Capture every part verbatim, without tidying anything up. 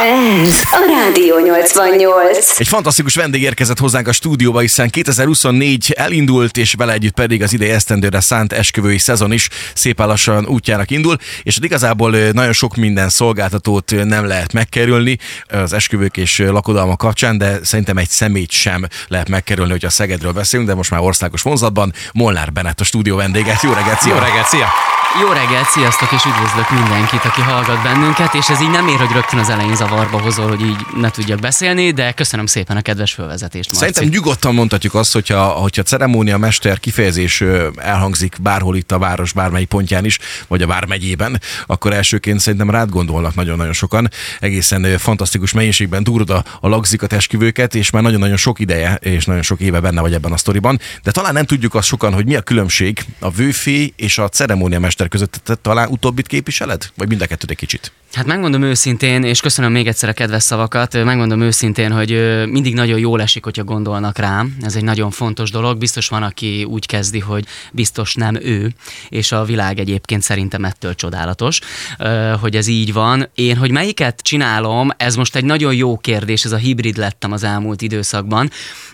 Ez a Rádió nyolcvannyolc. Egy fantasztikus vendég érkezett hozzánk a stúdióba, hiszen kétezer-huszonnégy elindult, és vele együtt pedig az idei esztendőre szánt esküvői szezon is szépen lassan útjának indul, és igazából nagyon sok minden szolgáltatót nem lehet megkerülni az esküvők és lakodalmak kapcsán, de szerintem egy szemét sem lehet megkerülni, hogyha Szegedről beszélünk, de most már országos vonzatban. Molnár Benett a stúdió vendége. Jó reggelt, szia! Jó reggelt, szia! Jó reggelt, sziasztok, és üdvözlök mindenkit, aki hallgat bennünket, és ez így nem ér, hogy rögtön az elején zavarba hozol, hogy így ne tudjak beszélni, de köszönöm szépen a kedves fölvezetést, Marci. Szerintem nyugodtan mondhatjuk azt, hogyha, hogyha ceremóniamester kifejezés elhangzik bárhol itt a város bármelyik pontján is, vagy a vármegyében, akkor elsőként szerintem rád gondolnak nagyon-nagyon sokan. Egészen fantasztikus mennyiségben túrod a, a lagzikat, esküvőket, és már nagyon-nagyon sok ideje, és nagyon sok éve benne vagy ebben a sztoriban. De talán nem tudjuk azt sokan, hogy mi a különbség a vőfély és a ceremóniamester között. Te talán utóbbit képviseled? Vagy mind a kettőt egy kicsit? Hát megmondom őszintén, és köszönöm még egyszer a kedves szavakat, megmondom őszintén, hogy mindig nagyon jól esik, hogyha gondolnak rám. Ez egy nagyon fontos dolog. Biztos van, aki úgy kezdi, hogy biztos nem ő, és a világ egyébként szerintem ettől csodálatos, hogy ez így van. Én, hogy melyiket csinálom, ez most egy nagyon jó kérdés, ez a hibrid lettem az elmúlt időszakban.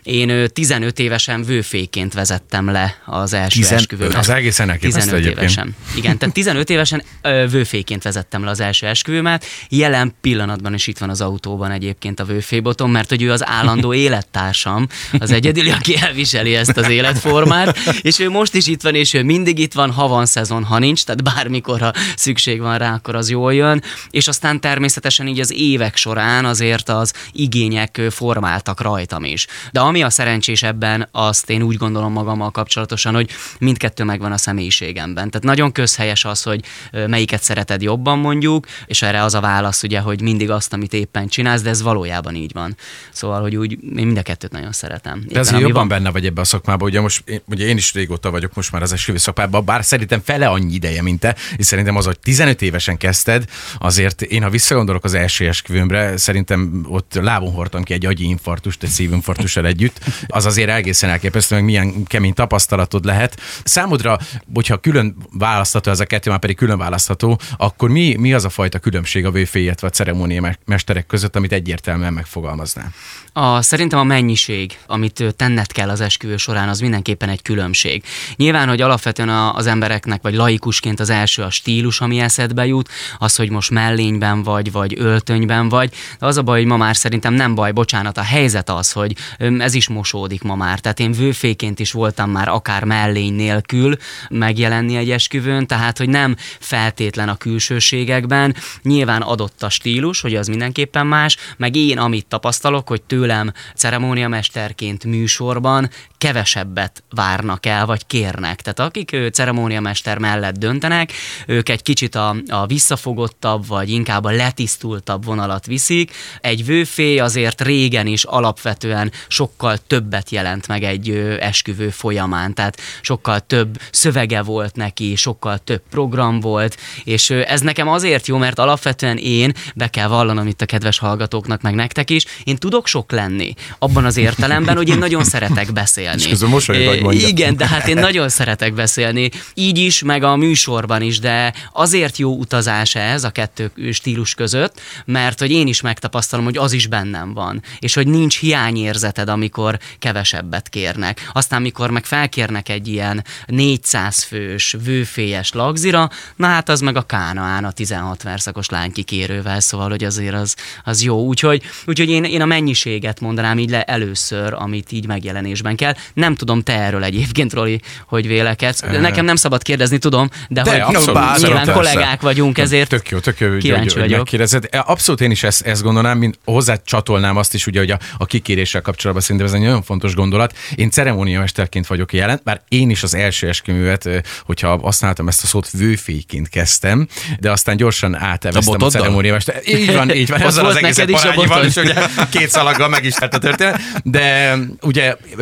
Én tizenöt évesen vőféként vezettem le az első esküvőmet. Az egészen elképesztő egyébként. Évesen. Igen, tehát tizenöt évesen vőféként vezettem le az első esküvőmet. Jelen pillanatban is itt van az autóban egyébként a vőfébotom, mert hogy ő az állandó élettársam, az egyedüli, aki elviseli ezt az életformát, és ő most is itt van, és ő mindig itt van, ha van szezon, ha nincs, tehát bármikor, ha szükség van rá, akkor az jól jön, és aztán természetesen így az évek során azért az igények formáltak rajtam is. De ami a szerencsés ebben, azt én úgy gondolom magammal kapcsolatosan, hogy mindkettő megvan a személyiségemben. Tehát nagyon közhelyes az, hogy melyiket szereted jobban mondjuk, és erre az a válasz ugye, hogy mindig azt, amit éppen csinálsz, de ez valójában így van. Szóval, hogy úgy én mind a kettőt nagyon szeretem. De azért jobban van benne vagy ebbe a szakmában, ugye most én, ugye én is régóta vagyok most már az esküvő szakmában, bár szerintem fele annyi ideje, mint te, és szerintem az, hogy tizenöt évesen kezdted, azért én, ha visszagondolok az első esküvőmre, szerintem ott lábon hordtam ki egy agyi infarktust, egy szívinfarktussal együtt, az azért egészen elképesztő, meg milyen kemény tapasztalatod lehet. Számodra, hogyha külön választható ez a kettő, már pedig külön választható, akkor mi, mi az a fajta különbség a vőfély, illetve a ceremóniamesterek között, amit egyértelműen megfogalmaznál? A, szerintem a mennyiség, amit tenned kell az esküvő során, az mindenképpen egy különbség. Nyilván, hogy alapvetően az embereknek, vagy laikusként az első a stílus, ami eszedbe jut, az, hogy most mellényben vagy, vagy öltönyben vagy, de az a baj, hogy ma már szerintem nem baj, bocsánat, a helyzet az, hogy ez is mosódik ma már. Tehát én vőféként is voltam már akár mellény nélkül megjelenni egy esküvőn, tehát, hogy nem feltétlen a külsőségekben, nyilván adott a stílus, hogy az mindenképpen más, meg én amit tapasztalok, hogy tőlem ceremóniamesterként műsorban kevesebbet várnak el, vagy kérnek. Tehát akik ceremóniamester mellett döntenek, ők egy kicsit a, a visszafogottabb, vagy inkább a letisztultabb vonalat viszik. Egy vőfély azért régen is alapvetően sokkal többet jelent meg egy esküvő folyamán, tehát sokkal több szövege volt neki, sokkal több program volt, és ez nekem azért jó, mert alapvetően én, be kell vallanom itt a kedves hallgatóknak, meg nektek is, én tudok sok lenni. Abban az értelemben, hogy én nagyon szeretek beszélni. És közben mosolyog, hogy mondja. Igen, de hát én nagyon szeretek beszélni. Így is, meg a műsorban is, de azért jó utazás ez a kettő stílus között, mert hogy én is megtapasztalom, hogy az is bennem van. És hogy nincs hiányérzeted, amikor kevesebbet kérnek. Aztán, mikor meg felkérnek egy ilyen négyszáz fős, vőfélyes lagzira, na hát az meg a Kánaán a tizenhat verszakos lánykikérővel, szóval, hogy azért az, az jó. Úgyhogy, úgyhogy én, én a mennyiséget mondanám így le először, amit így megjelenésben kell. Nem tudom te erről egyébként, Roli, hogy vélekedsz. Nekem nem szabad kérdezni, tudom, de, de hogy abszolút, nyilván persze. Kollégák vagyunk, ezért tök jó, tök jó, kíváncsi hogy, vagyok. Hogy abszolút én is ezt, ezt gondolnám, mint hozzá csatolnám azt is, ugye, hogy a, a kikéréssel kapcsolatban szerintem ez egy nagyon fontos gondolat. Én ceremóniamesterként vagyok jelen, bár én is az első esküvőmet, hogyha használtam ezt a szót, vőfélyként kezdtem, de aztán gyorsan áteveztem a, a ceremóniamester. Így van, így van. Azzal az egész parányival, és ugye két szalaggal meg is lett a történet. De ugye aztán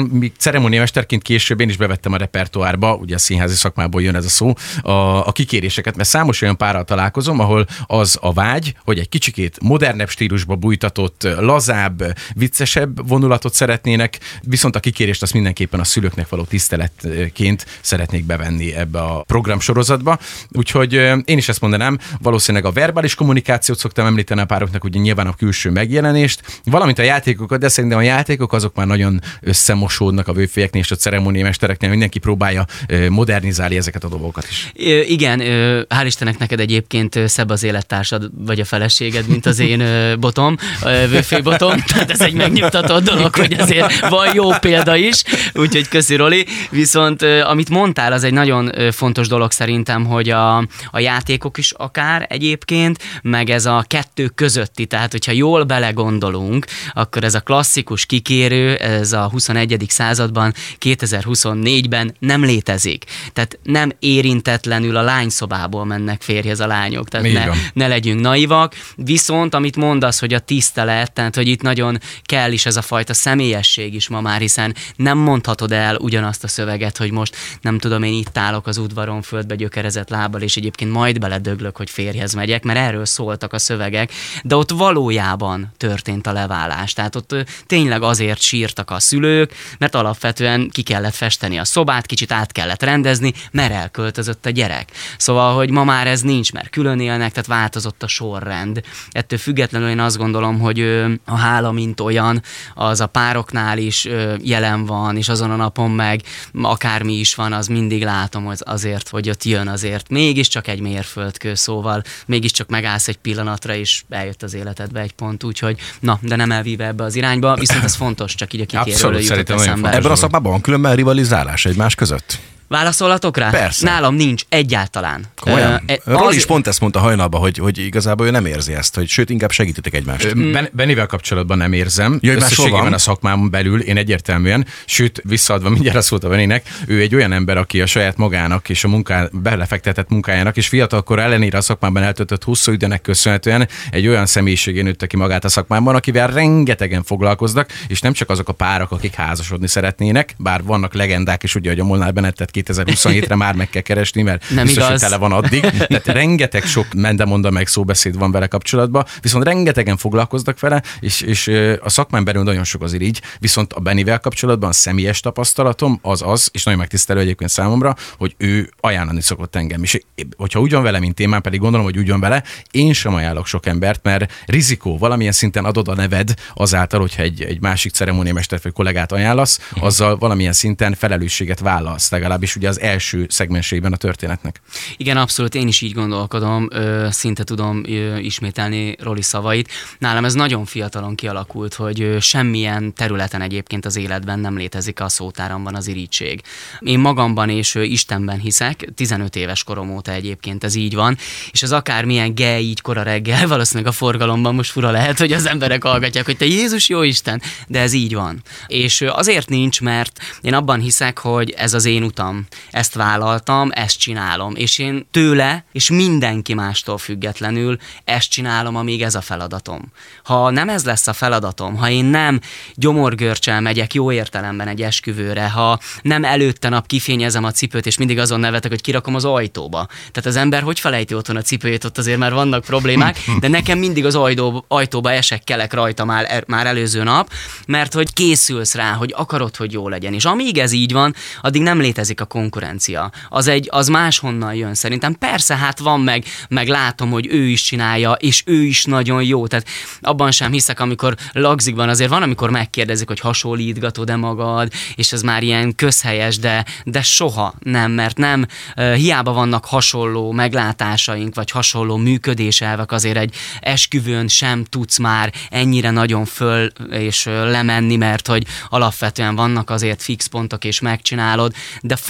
még ceremóniamesterként később én is bevettem a repertoárba, ugye a színházi szakmából jön ez a szó, a, a kikéréseket, mert számos olyan párral találkozom, ahol az a vágy, hogy egy kicsikét modernebb stílusba bújtatott, lazább, viccesebb vonulatot szeretnének, viszont a kikérést azt mindenképpen a szülőknek való tiszteletként szeretnék bevenni ebbe a programsorozatba. Úgyhogy én is ezt mondanám, valószínűleg a verbális kommunikációt szoktam említeni a pároknak, ugye nyilván a külső megjelenést, valamint a játékokat, de szerintem a játékok azok már nagyon összemosódnak a vőfélyeknél és a ceremóniamestereknél, mindenki próbálja modernizálni ezeket a dolgokat is. Ö, igen, ö, hál' Istennek neked egyébként szebb az élettársad, vagy a feleséged, mint az én ö, botom, ö, vőfélybotom, tehát ez egy megnyugtató dolog, hogy azért van jó példa is, úgyhogy köszi Roli. Viszont ö, amit mondtál, az egy nagyon ö, fontos dolog szerintem, hogy a, a játékok is akár egyébként, meg ez a kettő közötti, tehát hogyha jól belegondolunk, akkor ez a klasszikus kikérő, ez a huszonegyedik században, kétezer-huszonnégyben nem létezik. Tehát nem érintetlenül a lányszobából mennek férjhez a lányok, tehát ne, ne legyünk naivak. Viszont amit mondasz, hogy a tisztelet, tehát hogy itt nagyon kell is ez a fajta személyesség is ma már, hiszen nem mondhatod el ugyanazt a szöveget, hogy most nem tudom, én itt állok az udvaron földbe gyökerezett lábbal, és egyébként majd beledöglök, hogy férjhez megyek, mert erről szóltak a szövegek, de ott valójában történt a leválás. Tehát ott tényleg azért sírtak a szülők, mert alapvetően ki kellett festeni a szobát, kicsit át kellett rendezni, mert elköltözött a gyerek. Szóval, hogy ma már ez nincs, mert külön élnek, tehát változott a sorrend. Ettől függetlenül én azt gondolom, hogy a hála mint olyan, az a pároknál is jelen van, és azon a napon meg akármi is van, az mindig látom hogy azért, hogy ott jön azért. Mégiscsak egy mérföldkő, szóval mégiscsak megállsz egy pillanatra, és eljött az életedbe egy pont, úgyhogy na, de nem elvíve ebbe az irányba, viszont ez fontos, csak így a kikéről jutott eszembe. Ebben a szakmában van különben rivalizálás egymás között? Válaszolhatok rá? Persze. Nálam nincs egyáltalán. Komolyan? Uh, Roli az... is pont ezt mondta hajnalban, hogy, hogy igazából ő nem érzi ezt, hogy sőt, inkább segítitek egymást. Ben, Benivel kapcsolatban nem érzem. Ja, összességében a szakmám belül én egyértelműen, sőt, visszaadva mindjárt a szót a Beninek, ő egy olyan ember, aki a saját magának és a munká, belefektetett munkájának, és fiatalkor ellenére a szakmában eltöltött hosszú időnek köszönhetően egy olyan személyiségén nőtte ki magát a szakmában, akivel rengetegen foglalkoznak, és nem csak azok a párak, akik házasodni szeretnének, bár vannak legendák is, ugye, hogy a Molnár Benettet kétezer-huszonhétre már meg kell keresni, mert nem biztos, igaz. Hogy tele van addig. Tehát rengeteg sok mendemonda meg szóbeszéd van vele kapcsolatban, viszont rengetegen foglalkoznak vele, és, és a szakmán belül nagyon sok az irigy, viszont a Benivel kapcsolatban a személyes tapasztalatom az az, és nagyon megtisztelő egyébként számomra, hogy ő ajánlani szokott engem. És hogyha úgy van vele, mint én, már pedig gondolom, hogy úgy van vele, én sem ajánlok sok embert, mert rizikó, valamilyen szinten adod a neved azáltal, hogyha egy, egy másik ceremóniamestert vagy kollégát ajánlasz, azzal valamilyen szinten felelősséget vállalsz, legalábbis ugye az első szegmensében a történetnek. Igen, abszolút, én is így gondolkodom, ö, szinte tudom ö, ismételni Roli szavait. Nálam ez nagyon fiatalon kialakult, hogy ö, semmilyen területen egyébként az életben nem létezik a szótáramban az irigység. Én magamban és ö, Istenben hiszek, tizenöt éves korom óta egyébként ez így van, és az akármilyen ge így kora reggel, valószínűleg a forgalomban most fura lehet, hogy az emberek hallgatják, hogy te Jézus jó Isten, de ez így van. És ö, azért nincs, mert én abban hiszek, hogy ez az én utam. Ezt vállaltam, ezt csinálom, és én tőle, és mindenki mástól függetlenül ezt csinálom, amíg ez a feladatom. Ha nem ez lesz a feladatom, ha én nem gyomorgörcsel megyek jó értelemben egy esküvőre, ha nem előtte nap kifényezem a cipőt, és mindig azon nevetek, hogy kirakom az ajtóba. Tehát az ember hogy felejti otthon a cipőjét, ott azért már vannak problémák, de nekem mindig az ajtó, ajtóba esek, kelek rajta már, már előző nap, mert hogy készülsz rá, hogy akarod, hogy jó legyen. És amíg ez így van, addig nem létezik a konkurencia. Az, egy, az máshonnan jön szerintem. Persze, hát van meg, meg látom, hogy ő is csinálja, és ő is nagyon jó. Tehát abban sem hiszek, amikor lagzikban azért van, amikor megkérdezik, hogy hasonlítgatod-e magad, és ez már ilyen közhelyes, de, de soha nem, mert nem, hiába vannak hasonló meglátásaink, vagy hasonló működéselvek, azért egy esküvőn sem tudsz már ennyire nagyon föl és lemenni, mert hogy alapvetően vannak azért fix pontok, és megcsinálod, de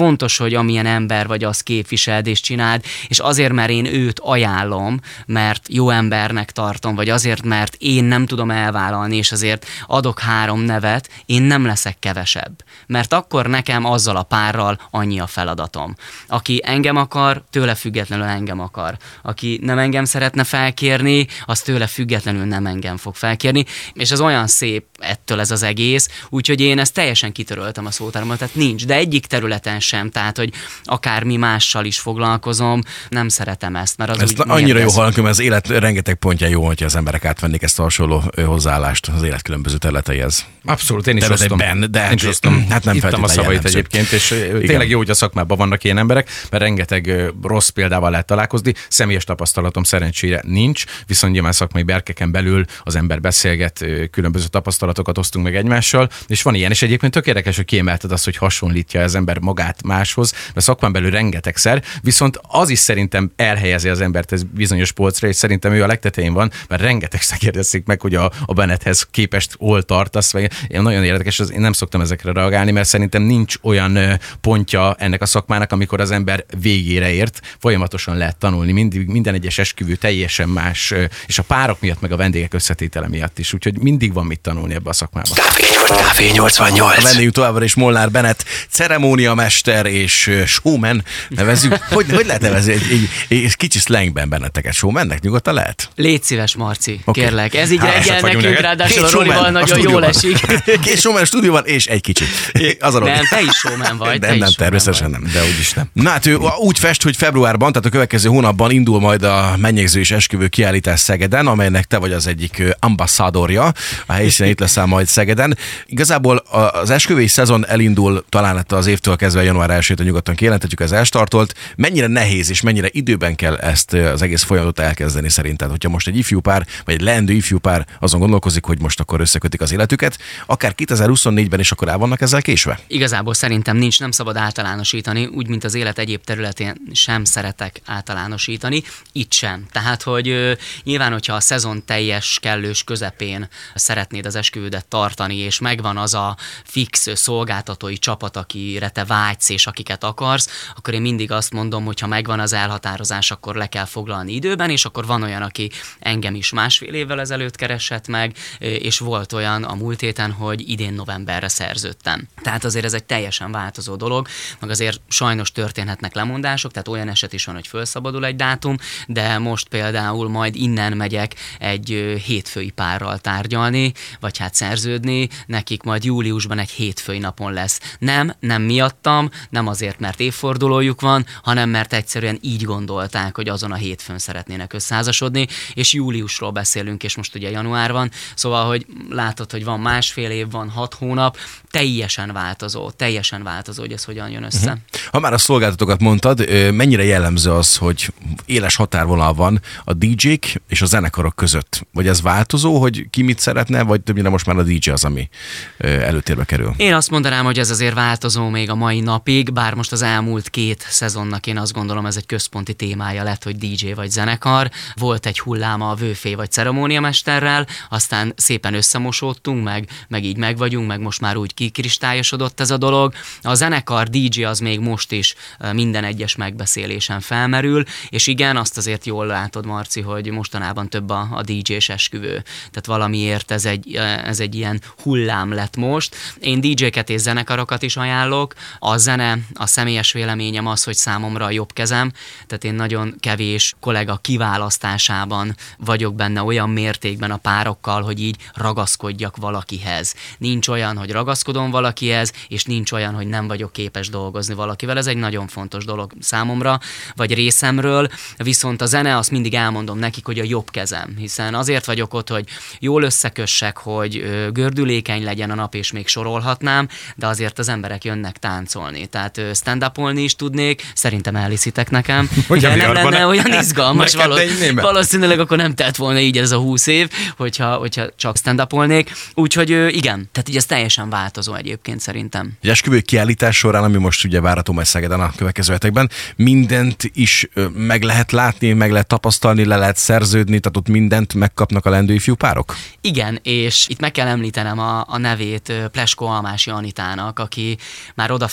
fontos, hogy amilyen ember vagy, azt képviseld és csináld, és azért, mert én őt ajánlom, mert jó embernek tartom, vagy azért, mert én nem tudom elvállalni, és azért adok három nevet, én nem leszek kevesebb. Mert akkor nekem azzal a párral annyi a feladatom. Aki engem akar, tőle függetlenül engem akar. Aki nem engem szeretne felkérni, az tőle függetlenül nem engem fog felkérni, és ez olyan szép ettől ez az egész, úgyhogy én ezt teljesen kitöröltem a szótáromból, tehát nincs, de egyik területen sem, tehát hogy akármi mással is foglalkozom, nem szeretem ezt, mert az ez úgy annyira mérgez. jó hallani, mert az élet rengeteg pontján jó, hogyha az emberek átvennék ezt a hasonló hozzáállást az élet különböző területeihez. Abszolút, én is Területekben, osztom. de Én is osztom. hát nem Ittam a feltétlenül szavait jellemző. egyébként, és Igen. tényleg jó, hogy a szakmában vannak ilyen emberek, mert rengeteg ö, rossz példával lehet találkozni. Személyes tapasztalatom szerencsére nincs, viszont nyilván szakmai berkeken belül az ember beszélget, ö, különböző tapasztalatokat osztunk meg egymással, és van ilyen, és egyébként tök érdekes, hogy kiemelted azt, hogy hasonlítja az ember magát máshoz, mert szakmán belül rengetegszer, viszont az is szerintem elhelyezi az embert ez bizonyos polcra, és szerintem ő a legtetején van, mert rengetegszer kérdezik meg, hogy a, a Bennetthez képest hol tartasz, vagy én nagyon érdekes, az, én nem szoktam ezekre reagálni, mert szerintem nincs olyan ö, pontja ennek a szakmának, amikor az ember végére ért, folyamatosan lehet tanulni, mindig, minden egyes esküvő teljesen más, ö, és a párok miatt, meg a vendégek összetétele miatt is, úgyhogy mindig van mit tanulni ebbe a szakmába. Café nyolcvannyolc. A vendégünk továbbra is Molnár Bennett, ceremóniamester és ö, showman nevezzük. Hogy, hogy lehet nevezni egy, egy, egy kicsi slangben benneteket? Showmannek nyugodtan lehet? Légy szíves, Marci, Oké. kérlek. Ez így Hálásak reggel vagyunk nekünk, neked. ráadásul Két a Rolival showman a nagyon jól stúdióban. esik. Két showman a stúdióban, és egy kicsit. Az a Roli. Nem, te is showman vagy. te Nem, is nem, showman természetesen vagy. nem. De úgyis nem. Na hát ő úgy fest, hogy februárban, tehát a következő hónapban indul majd a mennyegző és esküvő kiállítás Szegeden, amelynek te vagy az egyik ö, ambasszádorja. A helyszínen itt leszel majd Szegeden. Igazából az esküvői szezon elindul talán az évtől kezdve január elsejétől nyugodtan kijelentetjük, ez elstartolt. Mennyire nehéz és mennyire időben kell ezt az egész folyamatot elkezdeni szerinted? Hogyha most egy ifjú pár, vagy egy leendő ifjú pár azon gondolkozik, hogy most akkor összekötik az életüket, akár kétezer-huszonnégyben is akkor el vannak ezzel késve? Igazából szerintem nincs, nem szabad általánosítani, úgy, mint az élet egyéb területén sem szeretek általánosítani, itt sem. Tehát, hogy ö, nyilván, hogyha a szezon teljes, kellős közepén szeretnéd az esküvődet tartani, és megvan az a fix szolgáltatói csapat, akire te vágysz, és akiket akarsz, akkor én mindig azt mondom, hogy ha megvan az elhatározás, akkor le kell foglalni időben, és akkor van olyan, aki engem is másfél évvel ezelőtt keresett meg, és volt olyan a múlt héten, hogy idén novemberre szerződtem. Tehát azért ez egy teljesen változó dolog, meg azért sajnos történhetnek lemondások, tehát olyan eset is van, hogy felszabadul egy dátum, de most például majd innen megyek egy hétfői párral tárgyalni, vagy hát szerződni, nekik majd júliusban egy hétfői napon lesz. Nem, nem miattam, nem azért, mert évfordulójuk van, hanem mert egyszerűen így gondolták, hogy azon a hétfőn szeretnének összeházasodni, és júliusról beszélünk, és most ugye január van, szóval, hogy látod, hogy van másfél év, van hat hónap, teljesen változó, teljesen változó, hogy ez hogyan jön össze. Uh-huh. Ha már a szolgáltatókat mondtad, mennyire jellemző az, hogy éles határvonal van a dé dzsék és a zenekarok között? Vagy ez változó, hogy ki mit szeretne, vagy többnyire most már a dé dzsé az, ami előtérbe kerül? Én azt mondanám, hogy ez azért változó még a mai napig, bár most az elmúlt két szezonnak én azt gondolom, ez egy központi témája lett, hogy dé dzsé vagy zenekar. Volt egy hulláma a vőfé vagy ceremóniamesterrel, aztán szépen összemosódtunk, meg, meg így megvagyunk, meg most már úgy kikristályosodott ez a dolog. A zenekar, dé dzsé az még most is minden egyes megbeszélésen felmerül, és igen, azt azért jól látod, Marci, hogy mostanában több a, a dé dzsés esküvő. Tehát valamiért ez egy, ez egy ilyen hullám lett most. Én dé dzséket és zenekarokat is ajánlok. A zene, a személyes véleményem az, hogy számomra a jobb kezem, tehát én nagyon kevés kollega kiválasztásában vagyok benne olyan mértékben a párokkal, hogy így ragaszkodjak valakihez. Nincs olyan, hogy ragaszkodom valakihez, és nincs olyan, hogy nem vagyok képes dolgozni valakivel. Ez egy nagyon fontos dolog számomra, vagy részemről, viszont a zene, azt mindig elmondom nekik, hogy a jobb kezem, hiszen azért vagyok ott, hogy jól összekössek, hogy gördülékeny legyen a nap, és még sorolhatnám, de azért az emberek jönnek táncolni. Tehát stand-upolni is tudnék, szerintem elhiszitek nekem, de nem lenne olyan izgalmas, való, valószínűleg akkor nem tett volna így ez a húsz év, hogyha, hogyha csak stand-upolnék. Úgyhogy igen, tehát így ez teljesen változó egyébként szerintem. Egy esküvő kiállítás során, ami most ugye várható majd Szegeden a következő hetekben, mindent is meg lehet látni, meg lehet tapasztalni, le lehet szerződni, tehát ott mindent megkapnak a lendő ifjú párok? Igen, és itt meg kell említenem a, a nevét Plesko Almási Anitának, aki már odafentről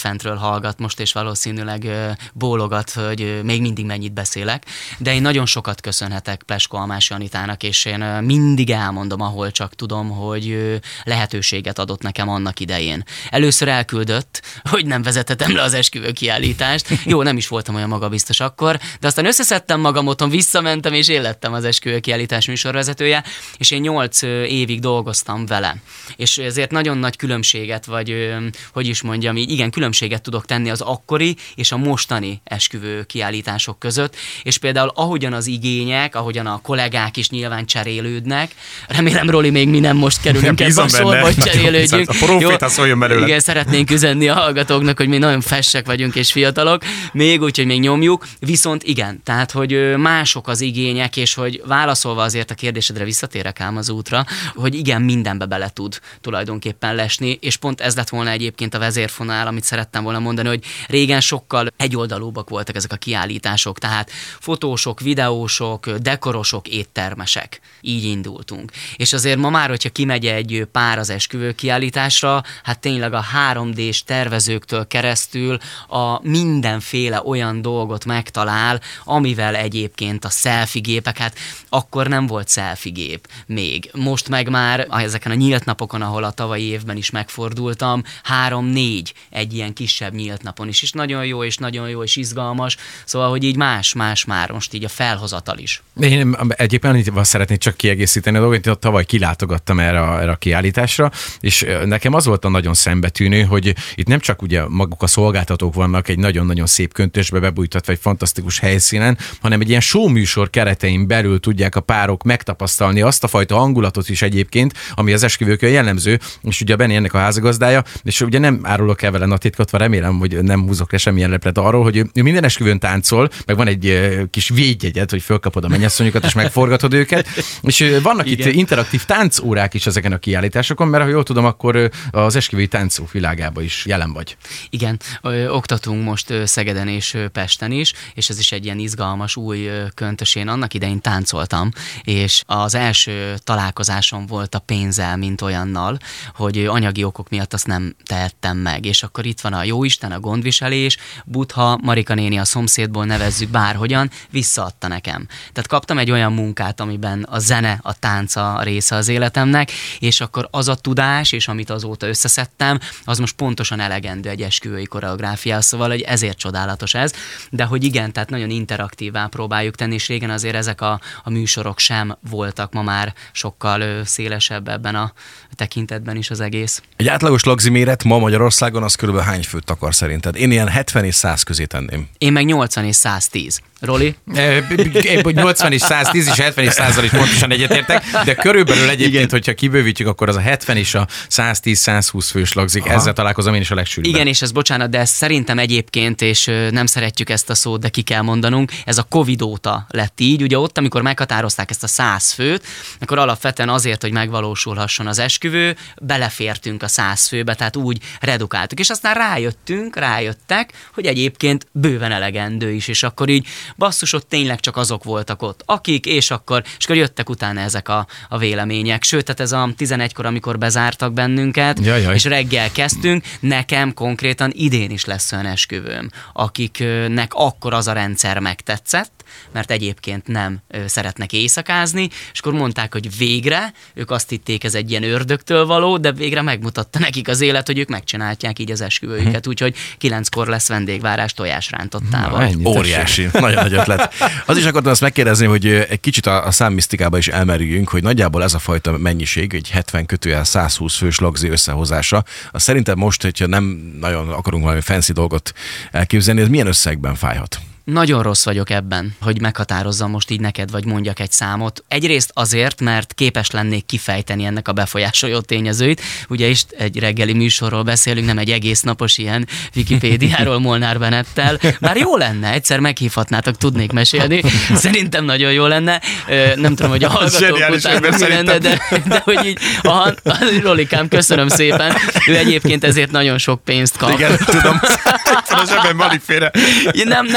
hallgat most, és valószínűleg bólogat, hogy még mindig mennyit beszélek, de én nagyon sokat köszönhetek Plesko Almás Janitának, és én mindig elmondom, ahol csak tudom, hogy lehetőséget adott nekem annak idején. Először elküldött, hogy nem vezethetem le az esküvő kiállítást. Jó, nem is voltam olyan magabiztos akkor, de aztán összeszedtem magam otthon, visszamentem, és én lettem az esküvő kiállítás műsorvezetője, és én nyolc évig dolgoztam vele. És ezért nagyon nagy különbséget, vagy hogy is mondjam, így igen, különbséget tudok tenni az akkori és a mostani esküvő kiállítások között, és például ahogyan az igények, ahogyan a kollégák is nyilván cserélődnek, remélem, Roli, még mi nem most kerülünk ebbe a sorba, hogy cserélődjünk. A proféta szóljon belőle. Igen, szeretnénk üzenni a hallgatóknak, hogy mi nagyon fessek vagyunk és fiatalok, még úgy, hogy még nyomjuk, viszont igen, tehát, hogy mások az igények, és hogy válaszolva azért a kérdésedre visszatérek ám az útra, hogy igen, mindenbe bele tud tulajdonképpen lesni, és pont ez lett volna egyébként a vezérfonál, amit szerettem volna mondani, hogy régen sokkal egyoldalúbbak voltak ezek a kiállítások, tehát fotósok, videósok, dekorosok, éttermesek. Így indultunk. És azért ma már, hogyha kimegy egy pár az esküvő kiállításra, hát tényleg a három dés tervezőktől keresztül a mindenféle olyan dolgot megtalál, amivel egyébként a selfie gépek, hát akkor nem volt selfie gép még. Most meg már ezeken a nyílt napokon, ahol a tavalyi évben is megfordultam, három-négy egy ilyen kisebb nyílt napon is, és nagyon jó, és nagyon jó, és izgalmas, szóval, hogy így más-más már most így a felhozatal is. Én egyébként szeretnék csak kiegészíteni a dolgot, hogy tavaly kilátogattam erre a, erre a kiállításra, és nekem az volt a nagyon szembetűnő, hogy itt nem csak ugye maguk a szolgáltatók vannak egy nagyon-nagyon szép köntösbe bebújtatva egy fantasztikus helyszínen, hanem egy ilyen show műsor keretein belül tudják a párok megtapasztalni azt a fajta hangulatot is egyébként, ami az esküvőkön jellemző, és ugye a Benni ennek a házigazdája, és ugye nem árulok el vele a titkot, remélem, hogy nem húzok le semmilyen leplet arról, hogy ő minden esküvőn táncol, meg van egy kis védjegyed, hogy fölkapod a mennyasszonyokat és megforgatod őket, és vannak igen. itt interaktív táncórák is ezeken a kiállításokon, mert ha jól tudom, akkor az esküvői táncok világában is jelen vagy. Igen, ö, oktatunk most ö, Szegeden és ö, Pesten is, és ez is egy ilyen izgalmas új ö, köntös. Én annak idején táncoltam, és az első találkozásom volt a pénzzel, mint olyannal, hogy ö, anyagi okok miatt azt nem tehettem meg, és akkor itt van a jóisten, a gondviselés, Buddha, Marika néni a szomszédból, nevezzük bárhogyan, visszaadta nekem. Tehát kaptam egy olyan munkát, amiben a zene, a tánca része az életemnek, és akkor az a tudás, és amit azóta összeszedtem, az most pontosan elegendő egy esküvői koreográfiához, szóval, hogy ezért csodálatos ez, de hogy igen, tehát nagyon interaktívvá próbáljuk tenni, és régen azért ezek a, a műsorok sem voltak, ma már sokkal ö, szélesebb ebben a tekintetben is az egész. Egy átlagos lagzi méret ma Magyarországon az körülbelül hány főt takar szerinted? Én ilyen hetven és száz közé tenném. Én meg nyolcvan és száztíz. Roli? nyolcvan és száztíz és hetven és százal is pontosan egyetértek, de körülbelül egyébként, igen. hogyha kibővítjük, akkor az a hetven és a száztíz-százhúsz fős lagzik. Aha. Ezzel találkozom én is a legsűrűbben. Igen, és ez bocsánat, de ez szerintem egyébként, és nem szeretjük ezt a szót, de ki kell mondanunk, ez a Covid óta lett így. Ugye ott, amikor meghatározták ezt a száz főt, akkor alapvetően azért, hogy megvalósulhasson az esküvő, belefértünk a száz főbe, tehát úgy redukáltuk. És aztán rájöttünk, rájöttek, hogy egyébként bőven elegendő is, és akkor így basszus, ott tényleg csak azok voltak ott, akik, és akkor, és akkor jöttek utána ezek a, a vélemények. Sőt, tehát ez a tizenegykor, amikor bezártak bennünket, Jajjaj. és reggel kezdtünk, nekem konkrétan idén is lesz olyan esküvőm, akiknek akkor az a rendszer megtetszett, mert egyébként nem szeretnek éjszakázni, és akkor mondták, hogy végre, ők azt hitték, ez egy ilyen ördögtől való, de végre megmutatta nekik az élet, hogy ők megcsinálják így az esküvőjüket, úgyhogy kilenckor lesz vendégvárás tojásrántottával. Óriási, nagyon nagy ötlet. Az is akartam azt megkérdezni, hogy egy kicsit a, a számmisztikába is elmerüljünk, hogy nagyjából ez a fajta mennyiség, egy hetven kötőjel százhúsz fős lagzi összehozása, az szerintem most, hogyha nem nagyon akarunk valami fancy dolgot elképzelni, ez milyen összegben fájhat? Nagyon rossz vagyok ebben, hogy meghatározzam most így neked, vagy mondjak egy számot. Egyrészt azért, mert képes lennék kifejteni ennek a befolyásoló tényezőit. Ugye is egy reggeli műsorról beszélünk, nem egy egész napos ilyen Wikipédiáról Molnár Benettel. Bár jó lenne, egyszer meghívhatnátok, tudnék mesélni. Szerintem nagyon jó lenne. Nem tudom, hogy a hallgatók után mi lenne, de, de hogy így, a, a Rolikám, köszönöm szépen. Ő egyébként ezért nagyon sok pénzt kap. Igen, tudom. A zsebben van félre. Nem, nem a főnök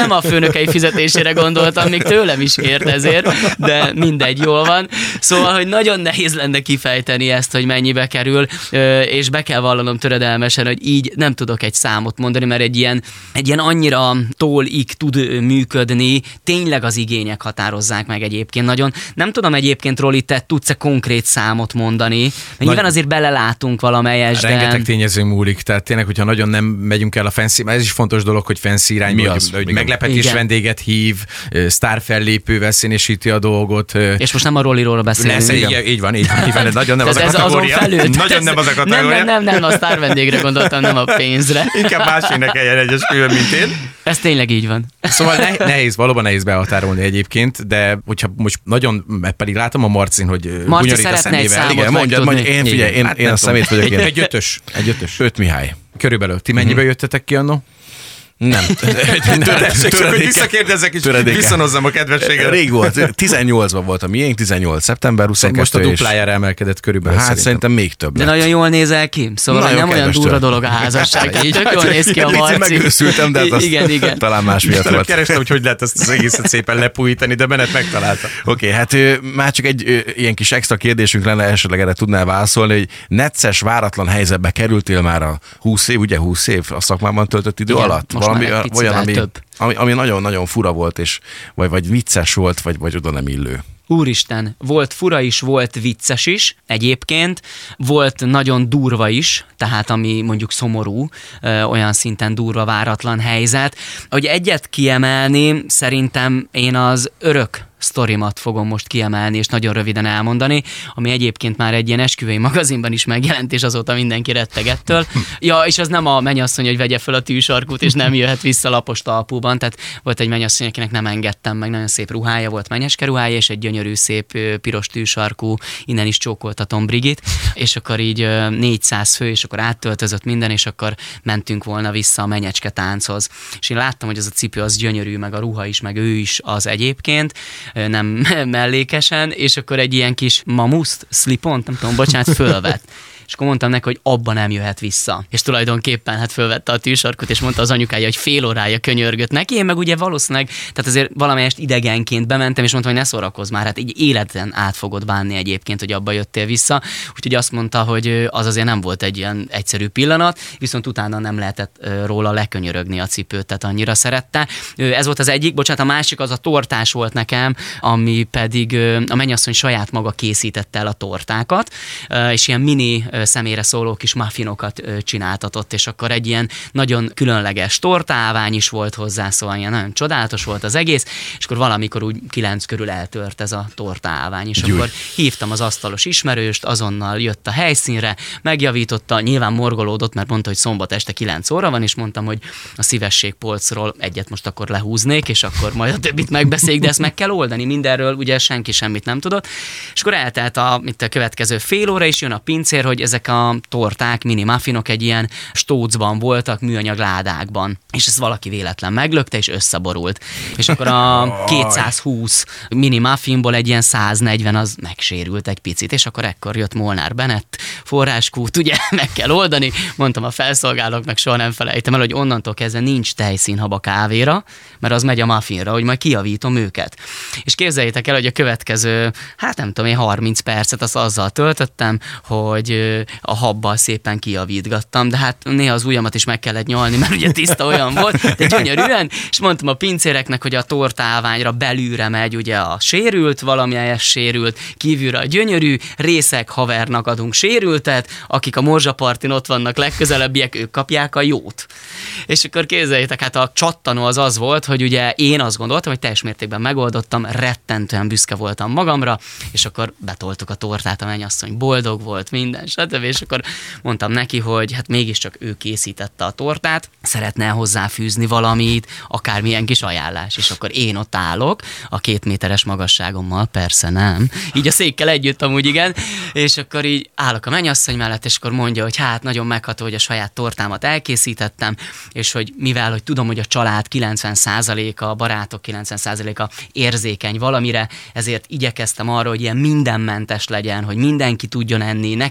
főnökei fizetésére gondoltam, még tőlem is kért ezért, de mindegy, jól van. Szóval, hogy nagyon nehéz lenne kifejteni ezt, hogy mennyibe kerül, és be kell vallanom töredelmesen, hogy így nem tudok egy számot mondani, mert egy ilyen, egy ilyen annyira tól-ig tud működni, tényleg az igények határozzák meg egyébként nagyon. Nem tudom egyébként, Roli, te tudsz-e konkrét számot mondani? Mert Nagy... nyilván azért belelátunk valamelyes, de... Rengeteg tényező múlik, tehát tényleg, hogyha nagyon nem megyünk el a fancy, ez is fontos dolog, hogy fancy irányba, Mi hogy, az? hogy meglepetés Igen. vendéget hív, sztárfellépővel színesíti a dolgot. És most nem a Rolliról beszélünk. Lesz, így, így van, így van, így van, nagyon nem az a ez kategória. Azon felül, Nagyon ez, nem az a kategória. Nem, nem, nem, nem, a sztár vendégre gondoltam, nem a pénzre. Inkább máskének kelljen egyes külön, mint én. Ez tényleg így van. Szóval ne, nehéz, valóban nehéz behatárolni egyébként, de hogyha most nagyon, mert pedig látom a Marcin, hogy Marci bunyarít a szeretne egy szemével. számot Igen, mondjad, mondjad, én figyelj, én, Hát én nem a tudom. szemét vagyok. Egy, Én. egy ötös. Egy ötös. Öt Mihály. Körülbelül. Ti mennyibe jöttetek ki annó? Nem. Tessék, csak hogy visszakérdezzek, és viszonozzam a kedvességet. Rég volt. tizennyolcban volt a miénk, tizennyolc szeptember huszonkettő. Most a duplájára emelkedett körülbelül. Hát szerintem még több. De nagyon jól nézel ki, szóval Nagyon nem olyan kedves durva tőle. dolog a házasság. Tehát Így tök van, jól néz ki a Léci, Marci. megőszültem, de hát azt igen, igen. talán más miatt volt. Kerestem, hogy hogy lehet ezt az egészet szépen lepújítani, de Bennett megtalálta. Oké, okay, hát ö, már csak egy ö, ilyen kis extra kérdésünk lenne, esetleg erre tudnál válaszolni, hogy necces, váratlan helyzetbe kerültél már a húsz év, ugye húsz év a szakmában töltött idő Igen, alatt? most Valami már egy ö, picivel olyan, ami, több. ami, ami nagyon-nagyon fura volt, és vagy, vagy vicces volt, vagy, vagy oda nem illő. Úristen, volt fura is, volt vicces is egyébként, volt nagyon durva is, tehát ami mondjuk szomorú, ö, olyan szinten durva, váratlan helyzet. Hogy egyet kiemelni, szerintem én az örök sztorimat fogom most kiemelni, és nagyon röviden elmondani, ami egyébként már egy ilyen esküvői magazinban is megjelent, és azóta mindenki retteg ettől. Ja, és az nem a mennyasszony, hogy vegye fel a tűsarkút, és nem jöhet vissza lapos talpúban, tehát volt egy mennyasszony, akinek nem engedtem meg, nagyon szép ruhája volt, mennyeske ruhája, és egy gyönyörű, szép piros tűsarkú, innen is csókoltatom Brigit, és akkor így négyszáz fő, és akkor áttöltözött minden, és akkor mentünk volna vissza a menyecske tánchoz. És én láttam, hogy az a cipő az gyönyörű, meg a ruha is, meg ő is az egyébként, nem mellékesen, és akkor egy ilyen kis mamuszt, slipont, nem tudom, bocsánat, fölvett. És akkor mondtam neki, hogy abba nem jöhet vissza. És tulajdonképpen hát fölvette a tűsarkot, és mondta az anyukája, hogy fél órája könyörgött neki. Én meg ugye valószínűleg, tehát azért valamelyest idegenként bementem, és mondtam, hogy ne szórakozz már, hát így életen át fogod bánni egyébként, hogy abba jöttél vissza. Úgyhogy azt mondta, hogy az azért nem volt egy ilyen egyszerű pillanat, viszont utána nem lehetett róla lekönyörögni a cipőt, tehát annyira szerette. Ez volt az egyik, bocsánat, a másik az a tortás volt nekem, ami pedig a mennyasszony saját maga készítette el a tortákat, és ilyen mini személyre szóló kis muffinokat csináltatott, és akkor egy ilyen nagyon különleges tortaávány is volt hozzá, szóval ilyen nagyon csodálatos volt az egész, és akkor valamikor úgy kilenc körül eltört ez a tortaávány, és Gyújj. Akkor hívtam az asztalos ismerőst, azonnal jött a helyszínre, megjavította, nyilván morgolódott, mert mondta, hogy szombat este kilenc óra van, és mondtam, hogy a szívességpolcról egyet most akkor lehúznék, és akkor majd a többit megbeszéljük, de ezt meg kell oldani, mindenről ugye senki semmit nem tudott, és akkor eltelt a, mint a következő fél óra, és jön a pincér, hogy ezek a torták, mini muffinok egy ilyen stócban voltak, műanyag ládákban, és ezt valaki véletlen meglökte, és összeborult. És akkor a kétszázhúsz mini muffinból egy ilyen száznegyven az megsérült egy picit, és akkor ekkor jött Molnár Bennett, forráskút, ugye, meg kell oldani. Mondtam a felszolgálóknak, soha nem felejtem el, hogy onnantól kezdve nincs tejszínhab a kávéra, mert az megy a muffinra, hogy majd kijavítom őket. És képzeljétek el, hogy a következő, hát nem tudom én, harminc percet azt azzal töltöttem, hogy a habbal szépen kijavítgattam, de hát néha az ujjamat is meg kellett nyalni, mert ugye tiszta olyan volt, de gyönyörűen, és mondtam a pincéreknek, hogy a tortáványra belülre megy ugye a sérült, valamelyes sérült, kívülre a gyönyörű, részek havernak adunk sérültet, akik a morzsapartin ott vannak legközelebbiek, ők kapják a jót. És akkor képzeljétek, hát a csattanó az az volt, hogy ugye én azt gondoltam, hogy teljes mértékben megoldottam, rettentően büszke voltam magamra, és akkor betoltuk a tortát, a mennyasszony boldog volt, minden, stb. És akkor mondtam neki, hogy hát mégiscsak ő készítette a tortát, szeretne hozzáfűzni valamit, akármilyen kis ajánlás, és akkor én ott állok, a két méteres magasságommal, persze nem, így a székkel együtt amúgy igen, és akkor így állok a mennyasszony mellett, és akkor mondja, hogy hát nagyon megható, hogy a saját tortámat elkészítettem, és hogy mivel, hogy tudom, hogy a család kilencven százaléka, a barátok kilencven százaléka érzékeny valamire, ezért igyekeztem arra, hogy ilyen mindenmentes legyen, hogy mindenki tudjon enni, ne kelljen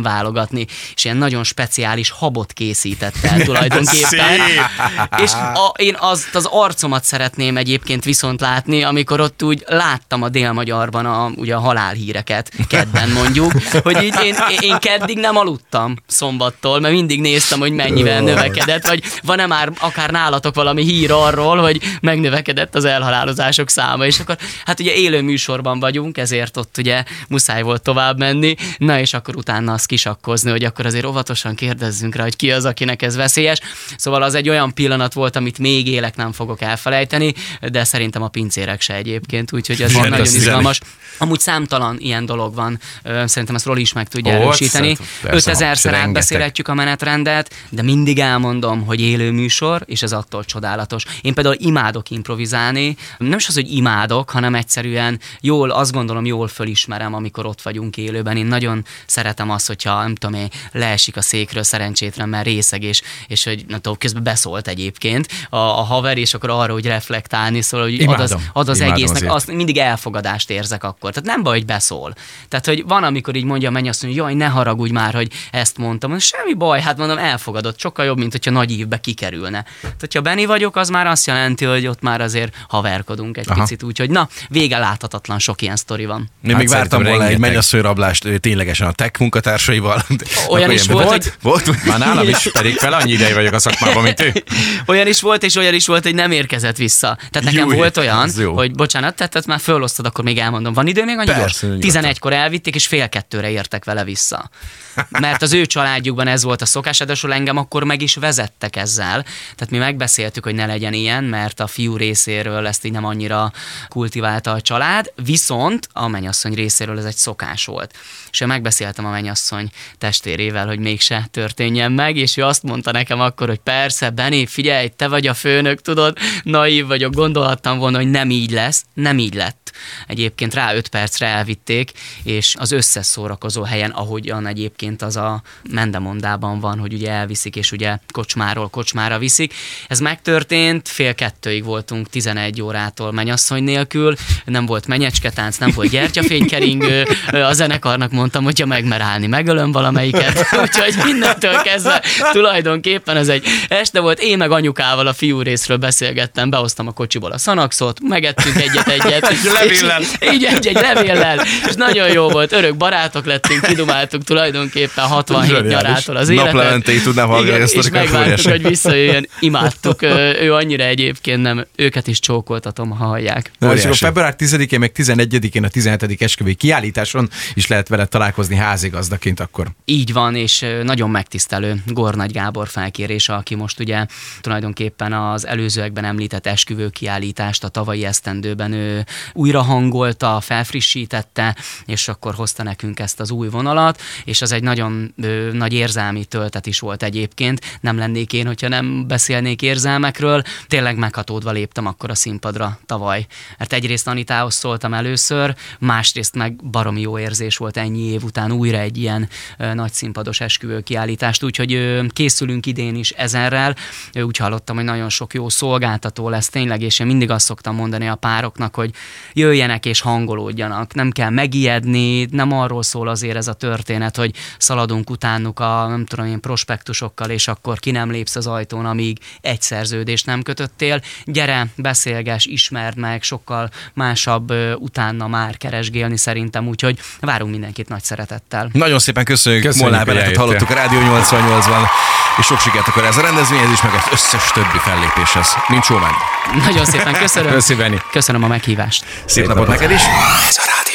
válogatni, és ilyen nagyon speciális habot készített el tulajdonképpen. És a, én azt az arcomat szeretném egyébként viszont látni, amikor ott úgy láttam a Délmagyarban a, ugye a halálhíreket, kedden mondjuk, hogy így én, én keddig nem aludtam szombattól, mert mindig néztem, hogy mennyivel növekedett, vagy van-e már akár nálatok valami hír arról, hogy megnövekedett az elhalálozások száma, és akkor hát ugye élő műsorban vagyunk, ezért ott ugye muszáj volt tovább menni, na és akkor utána azt kisakkozni, hogy akkor azért óvatosan kérdezzünk rá, hogy ki az, akinek ez veszélyes. Szóval az egy olyan pillanat volt, amit még élek nem fogok elfelejteni, de szerintem a pincérek se egyébként, úgyhogy ez nagyon izgalmas. Amúgy számtalan ilyen dolog van, szerintem ezt Roli is meg tudja Ó, erősíteni. ötezerszer átbeszélhetjük a menetrendet, de mindig elmondom, hogy élő műsor, és ez attól csodálatos. Én például imádok improvizálni, nem is az, hogy imádok, hanem egyszerűen jól, azt gondolom, jól fölismerem, amikor ott vagyunk élőben. Én nagyon szeretem azt, hogyha nem tudom én, leesik a székről szerencsétlen, mert részeg, és, és hogy nem tudom, közben beszólt egyébként a, a haver, és akkor arra, hogy reflektálni, szóval, hogy ad az, ad az egésznek, azt mindig elfogadást érzek akkor. Tehát nem baj, hogy beszól. Tehát, hogy van, amikor így mondja a mennyasszony, hogy jaj, ne haragudj már, hogy ezt mondtam. Semmi baj, hát mondom, elfogadott. Sokkal jobb, mint hogyha nagy ívbe kikerülne. Tehát, hogyha Benni vagyok, az már azt jelenti, hogy ott már azért haverkodunk egy Aha. picit, úgyhogy na, vége láthatatlan sok ilyen sztori van. Én hát még vártam volna egy mennyasszony rablást ténylegesen a tech munkatársaival. Olyan is volt, hogy... volt, már nálam is, pedig fel annyi ideig vagyok a szakmában, mint ő. Olyan is volt, és olyan is volt, hogy nem érkezett vissza. Tehát nekem Júj, volt olyan, hogy bocsánat, tehát ezt már fölosztod, akkor még elmondom. Van idő még annyi gyors? tizenegykor elvitték, és fél kettőre értek vele vissza. Mert az ő családjukban ez volt a szokás, de engem akkor meg is vezettek ezzel. Tehát mi megbeszéltük, hogy ne legyen ilyen, mert a fiú részéről ezt így nem annyira kultiválta a család, viszont a mennyasszony részéről ez egy szokás volt. És én megbeszéltem a mennyasszony testvérével, hogy mégse történjen meg, és ő azt mondta nekem akkor, hogy persze, Benni, figyelj, te vagy a főnök, tudod, naív vagyok, gondolhattam volna, hogy nem így lesz, nem így lett. Egyébként rá öt percre elvitték, és az összes szórakozó helyen, ahogyan egyébként az a Mendemondában van, hogy ugye elviszik, és ugye kocsmáról kocsmára viszik. Ez megtörtént, fél kettőig voltunk tizenegy órától mennyasszony nélkül, nem volt menyecsketánc, nem volt gyertyafénykeringő, a zenekarnak mondtam, hogyha meg mer állni, megölöm valamelyiket, úgyhogy mindentől kezdve tulajdonképpen ez egy este volt, én meg anyukával a fiú részről beszélgettem, behoztam a kocsiból a szanaxot, megettünk egyet-egyet, levéllel. Így egy-egy levéllel, és nagyon jó volt, örök barátok lettünk, kidumáltuk tulajdonképpen hatvanhét nyarától az életet. Naplementéig tudnám hallgatni ezt a és megvártuk, hogy visszajöjjön, imádtuk, ő annyira egyébként nem, őket is csókoltatom, ha hallják. Na, és a február tizedikén, meg tizenegyedikén a tizenhetedik esküvői kiállításon is lehet vele találkozni házigazdaként akkor. Így van, és nagyon megtisztelő Gornagy Gábor felkérése, aki most ugye tulajdonképpen az előzőekben említett esküvő kiállítást a tavalyi esztendőben ő újra hangolta, felfrissítette, és akkor hozta nekünk ezt az új vonalat, és az egy nagyon ö, nagy érzelmi töltet is volt egyébként. Nem lennék én, hogyha nem beszélnék érzelmekről. Tényleg meghatódva léptem akkor a színpadra tavaly. Mert egyrészt Anitához szóltam először, másrészt meg baromi jó érzés volt ennyi év után újra egy ilyen ö, nagy színpados esküvő kiállítást, úgyhogy ö, készülünk idén is ezerrel. Ö, úgy hallottam, hogy nagyon sok jó szolgáltató lesz tényleg, és én mindig azt szoktam mondani a pároknak, hogy jöjjenek és hangolódjanak. Nem kell megijedni, nem arról szól azért ez a történet, hogy szaladunk utánuk a, nem tudom én, prospektusokkal, és akkor ki nem lépsz az ajtón, amíg egy szerződést nem kötöttél. Gyere, beszélgess, ismerd meg, sokkal másabb uh, utána már keresgélni szerintem, úgyhogy várunk mindenkit nagy szeretettel. Nagyon szépen köszönjük, köszönjük Molnár Bennetet hallottuk a Rádió nyolcvannyolcban, és sok sikert akkor ez a rendezvényhez is, meg az összes többi fellépéshez. Nincs Sómány. Nagyon szépen köszönöm. Köszönöm a meghívást. Szép napot neked is. Ez a